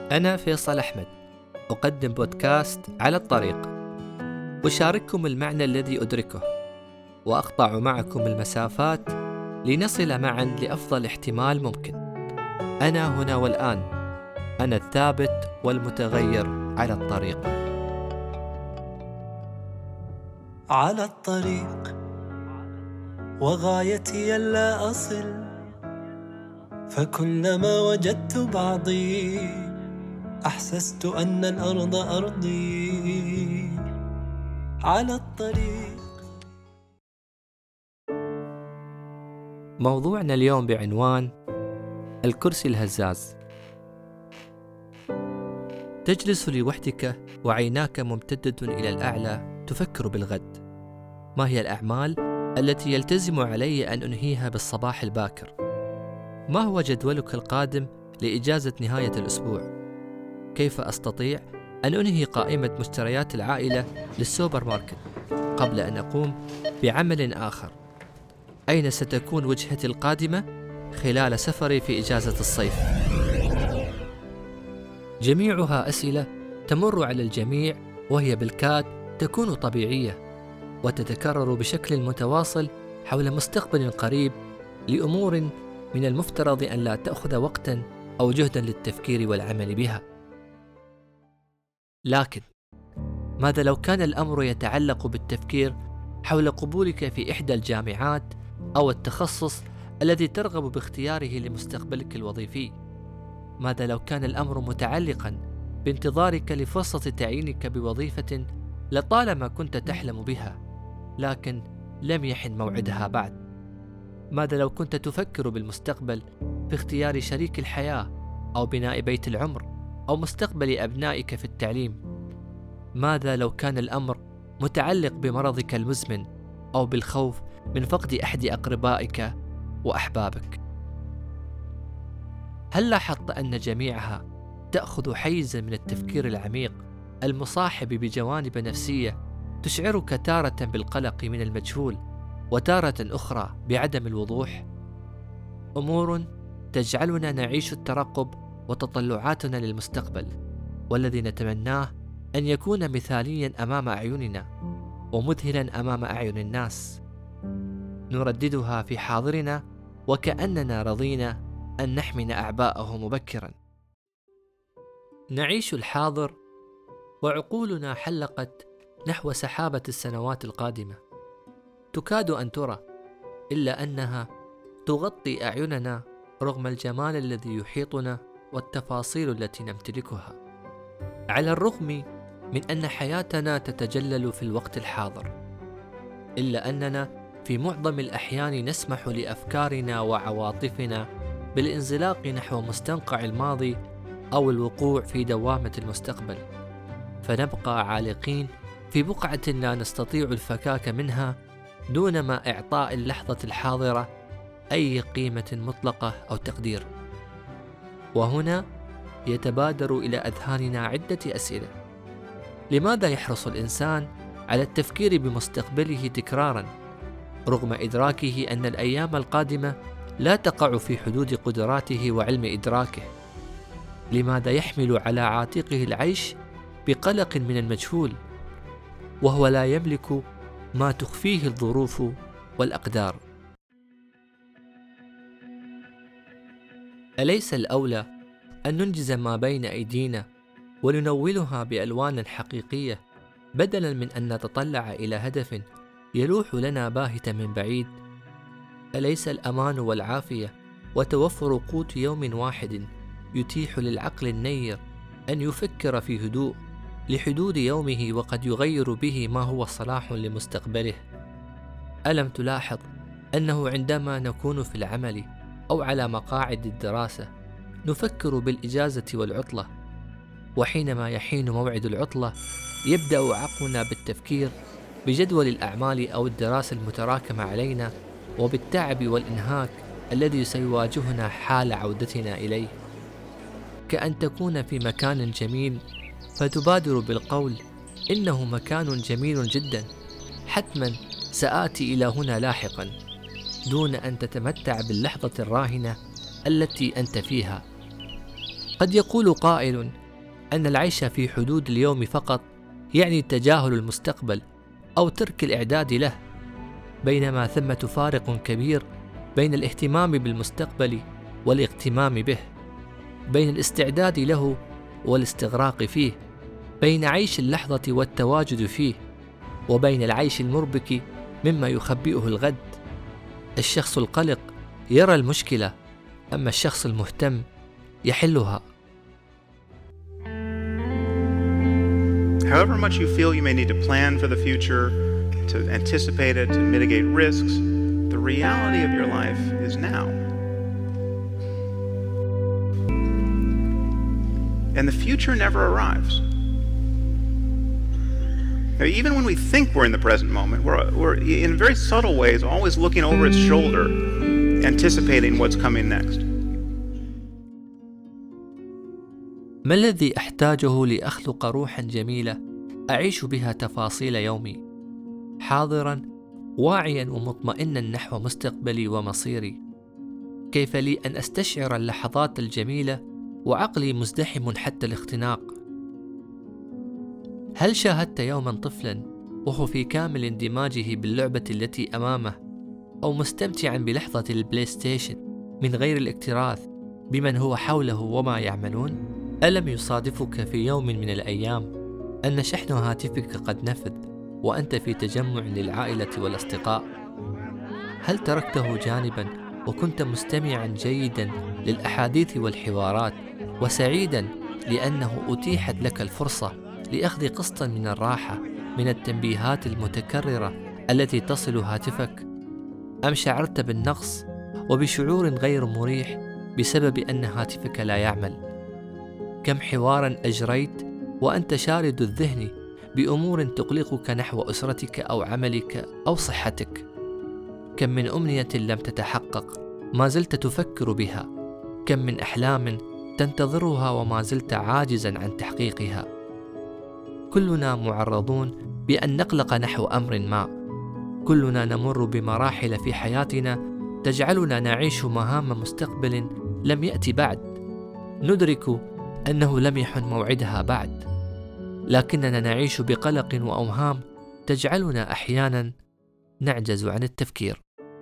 أنا فيصل أحمد، أقدم بودكاست على الطريق، أشارككم المعنى الذي أدركه، وأقطع معكم المسافات لنصل معا لأفضل احتمال ممكن. أنا هنا والآن، أنا الثابت والمتغير على الطريق. على الطريق وغايتي ألا أصل، فكلما وجدت بعضي أحسست أن الأرض أرضي. على الطريق. موضوعنا اليوم بعنوان الكرسي الهزاز. تجلس لوحدك وعيناك ممتدة إلى الأعلى تفكر بالغد. ما هي الأعمال التي يلتزم علي أن أنهيها بالصباح الباكر؟ ما هو جدولك القادم لإجازة نهاية الأسبوع؟ كيف أستطيع أن أنهي قائمة مشتريات العائلة للسوبر ماركت قبل أن أقوم بعمل آخر؟ أين ستكون وجهتي القادمة خلال سفري في إجازة الصيف؟ جميعها أسئلة تمر على الجميع، وهي بالكاد تكون طبيعية وتتكرر بشكل متواصل حول مستقبل قريب لأمور من المفترض أن لا تأخذ وقتا أو جهدا للتفكير والعمل بها. لكن ماذا لو كان الأمر يتعلق بالتفكير حول قبولك في إحدى الجامعات أو التخصص الذي ترغب باختياره لمستقبلك الوظيفي؟ ماذا لو كان الأمر متعلقا بانتظارك لفرصة تعيينك بوظيفة لطالما كنت تحلم بها لكن لم يحن موعدها بعد؟ ماذا لو كنت تفكر بالمستقبل في اختيار شريك الحياة أو بناء بيت العمر أو مستقبل أبنائك في التعليم؟ ماذا لو كان الأمر متعلق بمرضك المزمن أو بالخوف من فقد أحد أقربائك وأحبابك؟ هل لاحظت أن جميعها تأخذ حيزا من التفكير العميق المصاحب بجوانب نفسية تشعرك تارة بالقلق من المجهول وتارة أخرى بعدم الوضوح؟ أمور تجعلنا نعيش الترقب وتطلعاتنا للمستقبل، والذي نتمناه أن يكون مثاليا أمام أعيننا ومذهلا أمام أعين الناس. نرددها في حاضرنا وكأننا رضينا أن نحمل أعباءه مبكرا. نعيش الحاضر وعقولنا حلقت نحو سحابة السنوات القادمة، تكاد أن ترى، إلا أنها تغطي أعيننا رغم الجمال الذي يحيطنا والتفاصيل التي نمتلكها. على الرغم من أن حياتنا تتجلل في الوقت الحاضر، إلا أننا في معظم الأحيان نسمح لأفكارنا وعواطفنا بالانزلاق نحو مستنقع الماضي أو الوقوع في دوامة المستقبل، فنبقى عالقين في بقعة لا نستطيع الفكاك منها دون ما إعطاء اللحظة الحاضرة أي قيمة مطلقة أو تقدير. وهنا يتبادر إلى أذهاننا عدة أسئلة. لماذا يحرص الإنسان على التفكير بمستقبله تكراراً رغم إدراكه أن الأيام القادمة لا تقع في حدود قدراته وعلم إدراكه؟ لماذا يحمل على عاتقه العيش بقلق من المجهول وهو لا يملك ما تخفيه الظروف والأقدار؟ أليس الأولى أن ننجز ما بين أيدينا وننولها بألوان حقيقية بدلاً من أن نتطلع إلى هدف يلوح لنا باهتاً من بعيد؟ أليس الأمان والعافية وتوفر قوت يوم واحد يتيح للعقل النير أن يفكر في هدوء لحدود يومه وقد يغير به ما هو صلاح لمستقبله؟ ألم تلاحظ أنه عندما نكون في العمل أو على مقاعد الدراسة نفكر بالإجازة والعطلة، وحينما يحين موعد العطلة يبدأ عقلنا بالتفكير بجدول الأعمال أو الدراسة المتراكمة علينا وبالتعب والإنهاك الذي سيواجهنا حال عودتنا إليه؟ كأن تكون في مكان جميل فتبادر بالقول إنه مكان جميل جدا، حتما سآتي إلى هنا لاحقا، دون أن تتمتع باللحظة الراهنة التي أنت فيها. قد يقول قائل أن العيش في حدود اليوم فقط يعني تجاهل المستقبل أو ترك الإعداد له، بينما ثمة فارق كبير بين الاهتمام بالمستقبل والاغتمام به، بين الاستعداد له والاستغراق فيه، بين عيش اللحظة والتواجد فيه، وبين العيش المربك مما يخبئه الغد. الشخص القلق يرى المشكلة، أما الشخص المهتم يحلها. However much you feel you may need to plan for the future, to anticipate it, to mitigate risks, the reality of your life is now. And the future never arrives. Now, even when we think we're in the present moment, we're in very subtle ways always looking over its shoulder, anticipating what's coming next. ما الذي أحتاجه لأخلق روحا جميلة أعيش بها تفاصيل يومي، حاضرا واعيا ومطمئنا نحو مستقبلي ومصيري؟ كيف لي أن أستشعر اللحظات الجميلة وعقلي مزدحم حتى الاختناق؟ هل شاهدت يوما طفلا وهو في كامل اندماجه باللعبة التي أمامه، أو مستمتعا بلحظة البلاي ستيشن من غير الاكتراث بمن هو حوله وما يعملون؟ ألم يصادفك في يوم من الأيام أن شحن هاتفك قد نفذ وأنت في تجمع للعائلة والأصدقاء؟ هل تركته جانبا وكنت مستمعا جيدا للأحاديث والحوارات وسعيدا لأنه أتيحت لك الفرصة لأخذ قسطا من الراحة من التنبيهات المتكررة التي تصل هاتفك؟ أم شعرت بالنقص وبشعور غير مريح بسبب أن هاتفك لا يعمل؟ كم حوارا أجريت وأنت شارد الذهن بأمور تقلقك نحو أسرتك أو عملك أو صحتك؟ كم من أمنية لم تتحقق ما زلت تفكر بها؟ كم من أحلام تنتظرها وما زلت عاجزا عن تحقيقها؟ كلنا معرضون بأن نقلق نحو أمر ما، كلنا نمر بمراحل في حياتنا تجعلنا نعيش مهام مستقبل لم يأتي بعد، ندرك أنه لم يحن موعدها بعد، لكننا نعيش بقلق وأوهام تجعلنا أحيانا نعجز عن التفكير.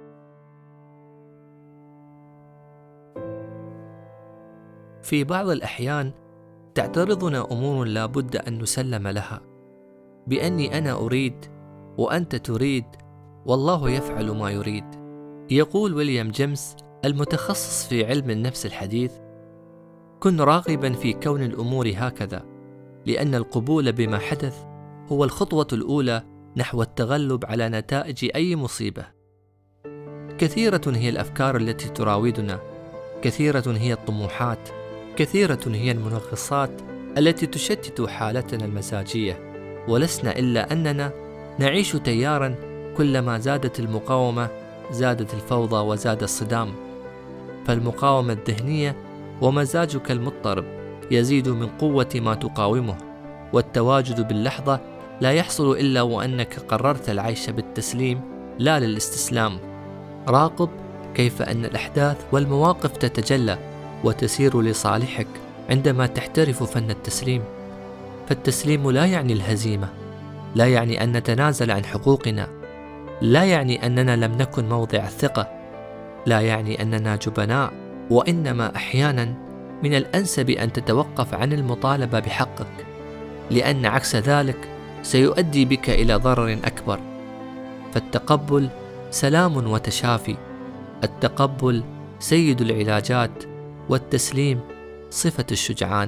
في بعض الأحيان تعترضنا أمور لا بد أن نسلم لها، بأني أنا أريد وأنت تريد والله يفعل ما يريد. يقول ويليام جيمس المتخصص في علم النفس الحديث: كن راغبا في كون الأمور هكذا، لأن القبول بما حدث هو الخطوة الأولى نحو التغلب على نتائج أي مصيبة. كثيرة هي الأفكار التي تراودنا، كثيرة هي الطموحات، كثيرة هي المنغصات التي تشتت حالتنا المزاجية، ولسنا إلا أننا نعيش تيارا كلما زادت المقاومة زادت الفوضى وزاد الصدام. فالمقاومة الذهنية ومزاجك المضطرب يزيد من قوة ما تقاومه، والتواجد باللحظة لا يحصل إلا وأنك قررت العيش بالتسليم لا للاستسلام. راقب كيف أن الأحداث والمواقف تتجلى وتسير لصالحك عندما تحترف فن التسليم. فالتسليم لا يعني الهزيمة، لا يعني أن نتنازل عن حقوقنا، لا يعني أننا لم نكن موضع الثقة، لا يعني أننا جبناء، وإنما أحيانا من الأنسب أن تتوقف عن المطالبة بحقك، لأن عكس ذلك سيؤدي بك إلى ضرر أكبر. فالتقبل سلام وتشافي، التقبل سيد العلاجات، والتسليم صفة الشجعان.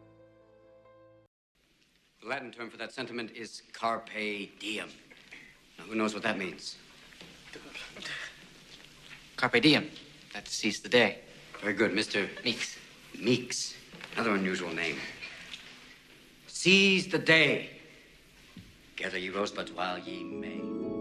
The Latin term for that sentiment is carpe diem. Now, who knows what that means? Carpe diem. That's seize the day. Very good, Mr. Meeks. Meeks. Another unusual name. Seize the day. Gather ye rosebuds while ye may.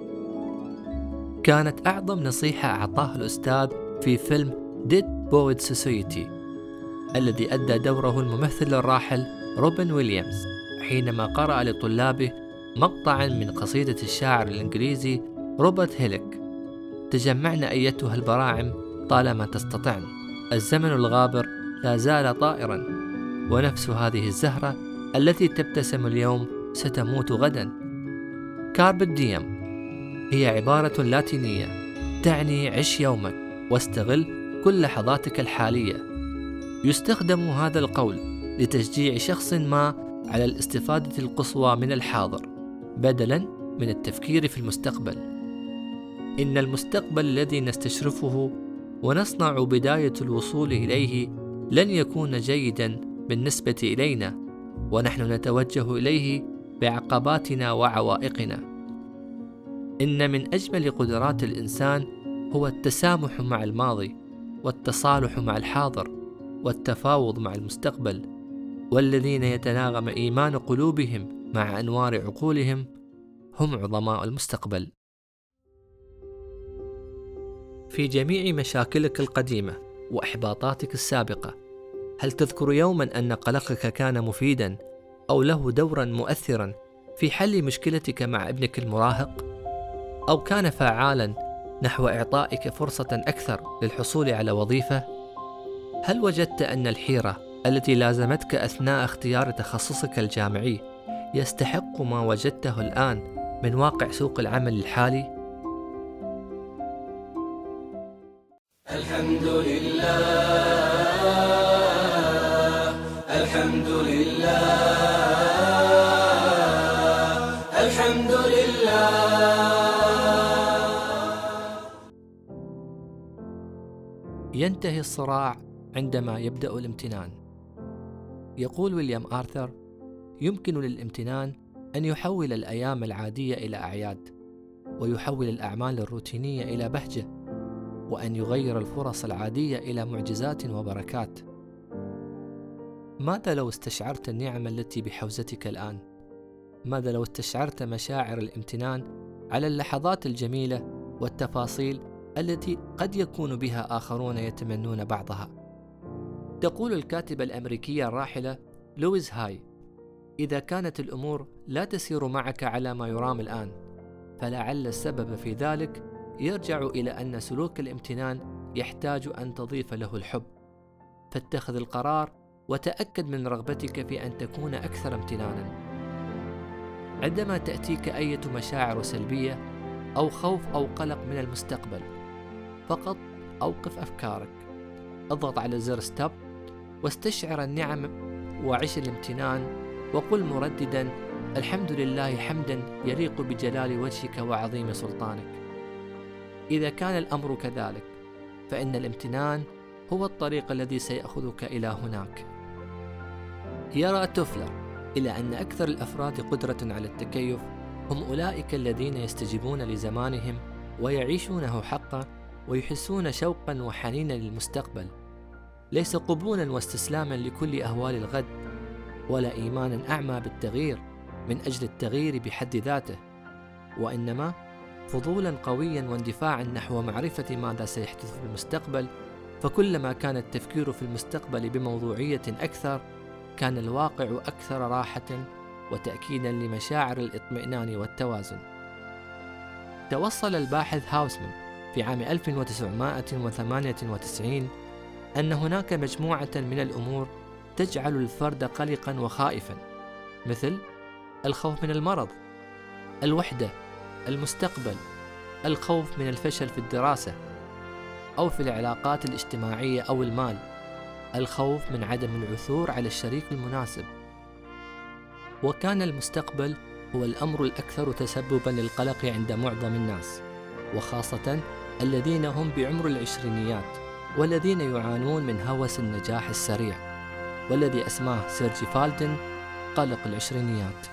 كانت أعظم نصيحة أعطاها الأستاذ في فيلم Dead Poets Society الذي أدى دوره الممثل الراحل روبن ويليامز، حينما قرأ لطلابه مقطعا من قصيدة الشاعر الإنجليزي روبرت هيلك: تجمعن أيتها البراعم طالما تستطعن، الزمن الغابر لا زال طائرا، ونفس هذه الزهرة التي تبتسم اليوم ستموت غدا. كاربت ديم هي عبارة لاتينية تعني عش يومك واستغل كل لحظاتك الحالية. يستخدم هذا القول لتشجيع شخص ما على الاستفادة القصوى من الحاضر بدلاً من التفكير في المستقبل. إن المستقبل الذي نستشرفه ونصنع بداية الوصول إليه لن يكون جيداً بالنسبة إلينا، ونحن نتوجه إليه بعقباتنا وعوائقنا. إن من أجمل قدرات الإنسان هو التسامح مع الماضي، والتصالح مع الحاضر، والتفاوض مع المستقبل. والذين يتناغم إيمان قلوبهم مع أنوار عقولهم هم عظماء المستقبل. في جميع مشاكلك القديمة وإحباطاتك السابقة، هل تذكر يوما أن قلقك كان مفيدا أو له دورا مؤثرا في حل مشكلتك مع ابنك المراهق؟ أو كان فعالا نحو إعطائك فرصة أكثر للحصول على وظيفة؟ هل وجدت أن الحيرة التي لازمتك أثناء اختيار تخصصك الجامعي يستحق ما وجدته الآن من واقع سوق العمل الحالي؟ الحمد لله، الحمد لله، الحمد لله. ينتهي الصراع عندما يبدأ الامتنان. يقول ويليام آرثر: يمكن للامتنان أن يحول الأيام العادية إلى أعياد، ويحول الأعمال الروتينية إلى بهجة، وأن يغير الفرص العادية إلى معجزات وبركات. ماذا لو استشعرت النعم التي بحوزتك الآن؟ ماذا لو استشعرت مشاعر الامتنان على اللحظات الجميلة والتفاصيل التي قد يكون بها آخرون يتمنون بعضها؟ تقول الكاتبة الأمريكية الراحلة لويز هاي: إذا كانت الأمور لا تسير معك على ما يرام الآن، فلعل السبب في ذلك يرجع إلى أن سلوك الامتنان يحتاج أن تضيف له الحب. فاتخذ القرار وتأكد من رغبتك في أن تكون أكثر امتنانا. عندما تأتيك أي مشاعر سلبية أو خوف أو قلق من المستقبل، فقط أوقف أفكارك، اضغط على زر ستوب واستشعر النعم وعش الامتنان، وقل مرددا: الحمد لله حمدا يليق بجلال وجهك وعظيم سلطانك. إذا كان الأمر كذلك، فإن الامتنان هو الطريق الذي سيأخذك إلى هناك. يرى توفلر إلى أن أكثر الأفراد قدرة على التكيف هم أولئك الذين يستجيبون لزمانهم ويعيشونه حقا، ويحسون شوقا وحنينا للمستقبل، ليس قبولا واستسلاما لكل أهوال الغد، ولا إيمانا أعمى بالتغيير من أجل التغيير بحد ذاته، وإنما فضولا قويا واندفاعا نحو معرفة ماذا سيحدث في المستقبل. فكلما كان التفكير في المستقبل بموضوعية أكثر، كان الواقع أكثر راحة وتأكيدا لمشاعر الاطمئنان والتوازن. توصل الباحث هاوسمان في عام 1998 أن هناك مجموعة من الأمور تجعل الفرد قلقا وخائفا، مثل الخوف من المرض، الوحدة، المستقبل، الخوف من الفشل في الدراسة أو في العلاقات الاجتماعية أو المال، الخوف من عدم العثور على الشريك المناسب. وكان المستقبل هو الأمر الأكثر تسببا للقلق عند معظم الناس، وخاصة الذين هم بعمر العشرينيات والذين يعانون من هوس النجاح السريع، والذي أسماه سيرجي فالدن قلق العشرينيات.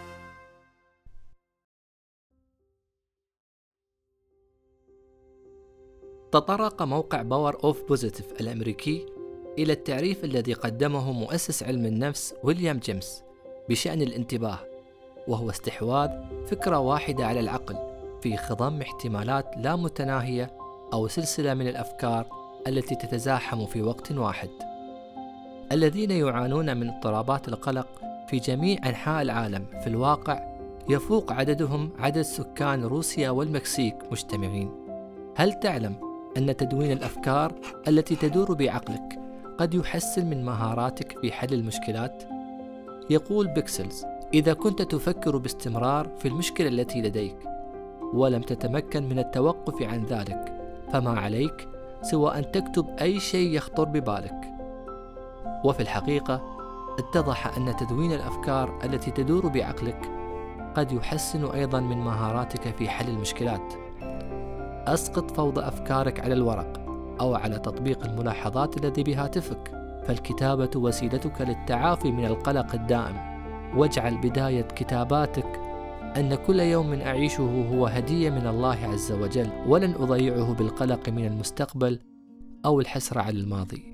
تطرق موقع باور أوف بوزيتيف الأمريكي إلى التعريف الذي قدمه مؤسس علم النفس ويليام جيمس بشأن الانتباه، وهو استحواذ فكرة واحدة على العقل في خضم احتمالات لا متناهية أو سلسلة من الأفكار التي تتزاحم في وقت واحد. الذين يعانون من اضطرابات القلق في جميع أنحاء العالم في الواقع يفوق عددهم عدد سكان روسيا والمكسيك مجتمعين. هل تعلم أن تدوين الأفكار التي تدور بعقلك قد يحسن من مهاراتك في حل المشكلات؟ يقول بيكسلز: إذا كنت تفكر باستمرار في المشكلة التي لديك ولم تتمكن من التوقف عن ذلك، فما عليك سوى أن تكتب أي شيء يخطر ببالك. وفي الحقيقة اتضح أن تدوين الأفكار التي تدور بعقلك قد يحسن أيضا من مهاراتك في حل المشكلات. أسقط فوضى أفكارك على الورق أو على تطبيق الملاحظات الذي بهاتفك، فالكتابة وسيلتك للتعافي من القلق الدائم. واجعل بداية كتاباتك أن كل يوم أعيشه هو هدية من الله عز وجل، ولن أضيعه بالقلق من المستقبل أو الحسرة على الماضي.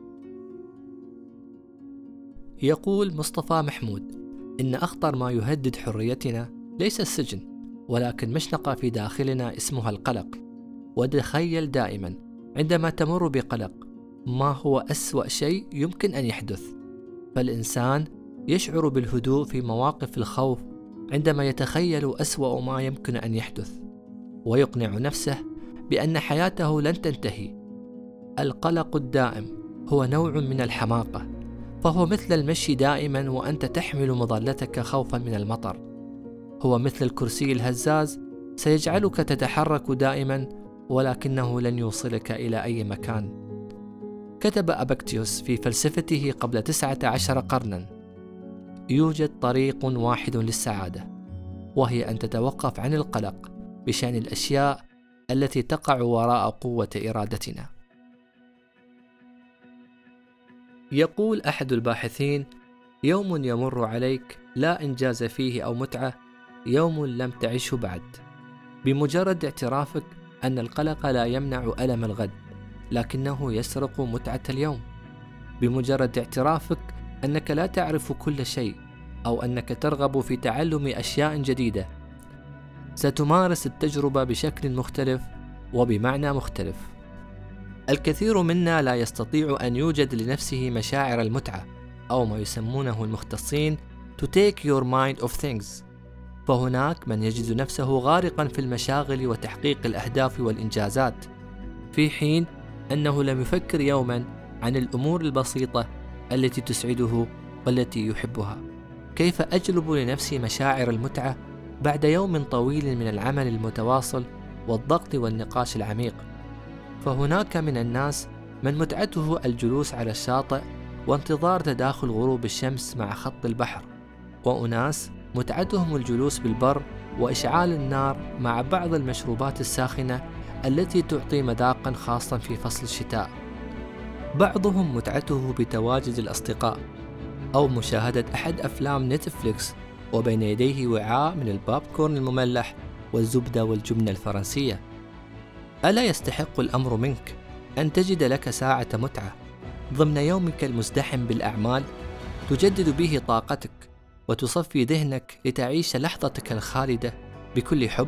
يقول مصطفى محمود: إن أخطر ما يهدد حريتنا ليس السجن، ولكن مشنقة في داخلنا اسمها القلق. وتخيل دائما عندما تمر بقلق ما هو أسوأ شيء يمكن أن يحدث. فالإنسان يشعر بالهدوء في مواقف الخوف عندما يتخيل أسوأ ما يمكن أن يحدث، ويقنع نفسه بأن حياته لن تنتهي. القلق الدائم هو نوع من الحماقة، فهو مثل المشي دائما وأنت تحمل مظلتك خوفا من المطر. هو مثل الكرسي الهزاز، سيجعلك تتحرك دائما ولكنه لن يوصلك إلى أي مكان. كتب أبكتيوس في فلسفته قبل 19 قرنا: يوجد طريق واحد للسعادة، وهي أن تتوقف عن القلق بشأن الأشياء التي تقع وراء قوة إرادتنا. يقول أحد الباحثين: يوم يمر عليك لا إنجاز فيه أو متعة، يوم لم تعشه بعد. بمجرد اعترافك أن القلق لا يمنع ألم الغد، لكنه يسرق متعة اليوم. بمجرد اعترافك أنك لا تعرف كل شيء، أو أنك ترغب في تعلم أشياء جديدة، ستمارس التجربة بشكل مختلف وبمعنى مختلف. الكثير منا لا يستطيع أن يوجد لنفسه مشاعر المتعة، أو ما يسمونه المختصين to take your mind of things. فهناك من يجد نفسه غارقا في المشاغل وتحقيق الأهداف والإنجازات، في حين أنه لم يفكر يوما عن الأمور البسيطة التي تسعده والتي يحبها. كيف أجلب لنفسي مشاعر المتعة بعد يوم طويل من العمل المتواصل والضغط والنقاش العميق؟ فهناك من الناس من متعته الجلوس على الشاطئ وانتظار تداخل غروب الشمس مع خط البحر، وأناس متعتهم الجلوس بالبر وإشعال النار مع بعض المشروبات الساخنة التي تعطي مذاقا خاصا في فصل الشتاء. بعضهم متعته بتواجد الأصدقاء أو مشاهدة أحد أفلام نتفليكس وبين يديه وعاء من الباب كورن المملح والزبدة والجبنة الفرنسية. ألا يستحق الأمر منك أن تجد لك ساعة متعة ضمن يومك المزدحم بالأعمال تجدد به طاقتك وتصفي ذهنك لتعيش لحظتك الخالدة بكل حب؟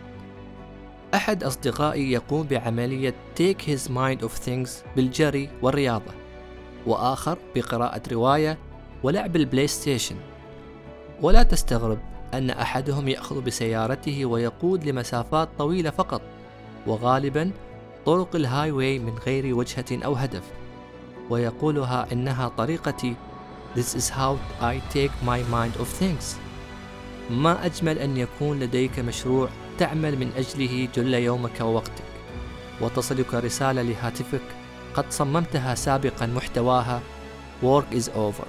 أحد أصدقائي يقوم بعملية take his mind of things بالجري والرياضة، وآخر بقراءة رواية ولعب البلاي ستيشن. ولا تستغرب أن أحدهم يأخذ بسيارته ويقود لمسافات طويلة فقط، وغالبا طرق الهاي واي من غير وجهة أو هدف، ويقولها إنها طريقتي. This is how I take my mind of things. ما أجمل أن يكون لديك مشروع تعمل من أجله جل يومك ووقتك، وتصلك رسالة لهاتفك قد صممتها سابقا محتواها Work is over.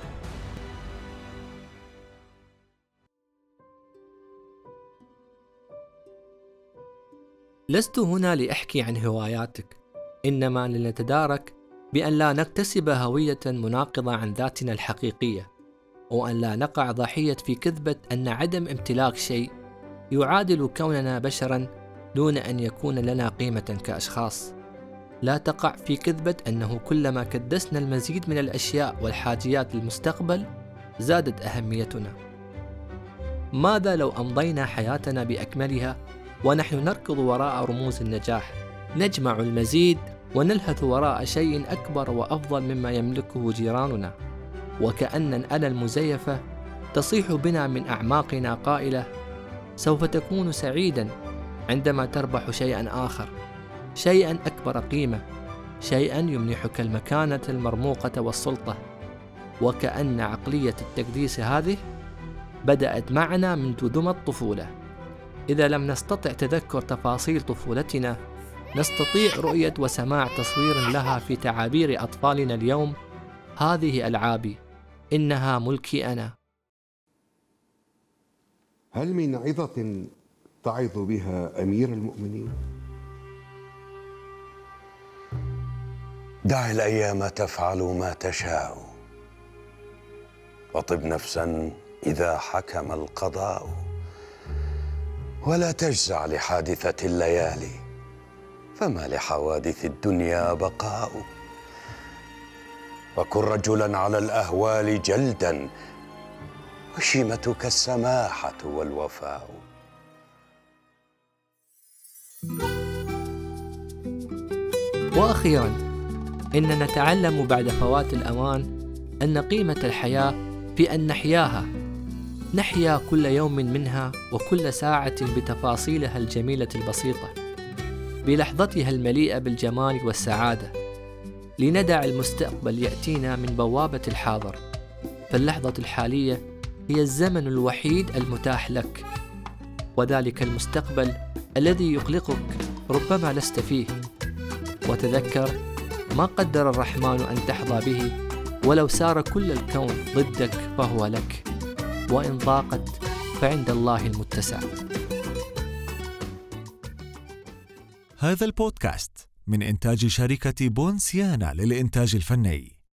لست هنا لأحكي عن هواياتك، إنما لنتدارك بأن لا نكتسب هوية مناقضة عن ذاتنا الحقيقية، وأن لا نقع ضحية في كذبة أن عدم امتلاك شيء يعادل كوننا بشرا دون أن يكون لنا قيمة كأشخاص. لا تقع في كذبة أنه كلما كدسنا المزيد من الأشياء والحاجيات للمستقبل زادت أهميتنا. ماذا لو أمضينا حياتنا بأكملها ونحن نركض وراء رموز النجاح، نجمع المزيد ونلهث وراء شيء أكبر وأفضل مما يملكه جيراننا، وكأن الآلة المزيفة تصيح بنا من أعماقنا قائلة: سوف تكون سعيدا عندما تربح شيئا آخر، شيئا أكبر قيمة، شيئا يمنحك المكانة المرموقة والسلطة، وكأن عقلية التقديس هذه بدأت معنا منذ دمى الطفولة. إذا لم نستطع تذكر تفاصيل طفولتنا، نستطيع رؤية وسماع تصوير لها في تعابير أطفالنا اليوم: هذه ألعابي، إنها ملكي أنا. هل من عظة تعظ بها أمير المؤمنين؟ دع الأيام تفعل ما تشاء، وطب نفسا إذا حكم القضاء، ولا تجزع لحادثة الليالي، فما لحوادث الدنيا بقاء. وكن رجلا على الأهوال جلدا، وشيمتك السماحة والوفاء. وأخيرا، إننا نتعلم بعد فوات الأوان أن قيمة الحياة في أن نحيا كل يوم منها وكل ساعة بتفاصيلها الجميلة البسيطة، بلحظتها المليئة بالجمال والسعادة، لندع المستقبل يأتينا من بوابة الحاضر. فاللحظة الحالية هي الزمن الوحيد المتاح لك، وذلك المستقبل الذي يقلقك ربما لست فيه. وتذكر ما قدر الرحمن أن تحظى به، ولو سار كل الكون ضدك فهو لك، وإن ضاقت فعند الله المتسع. هذا البودكاست من إنتاج شركة بونسيانا للإنتاج الفني.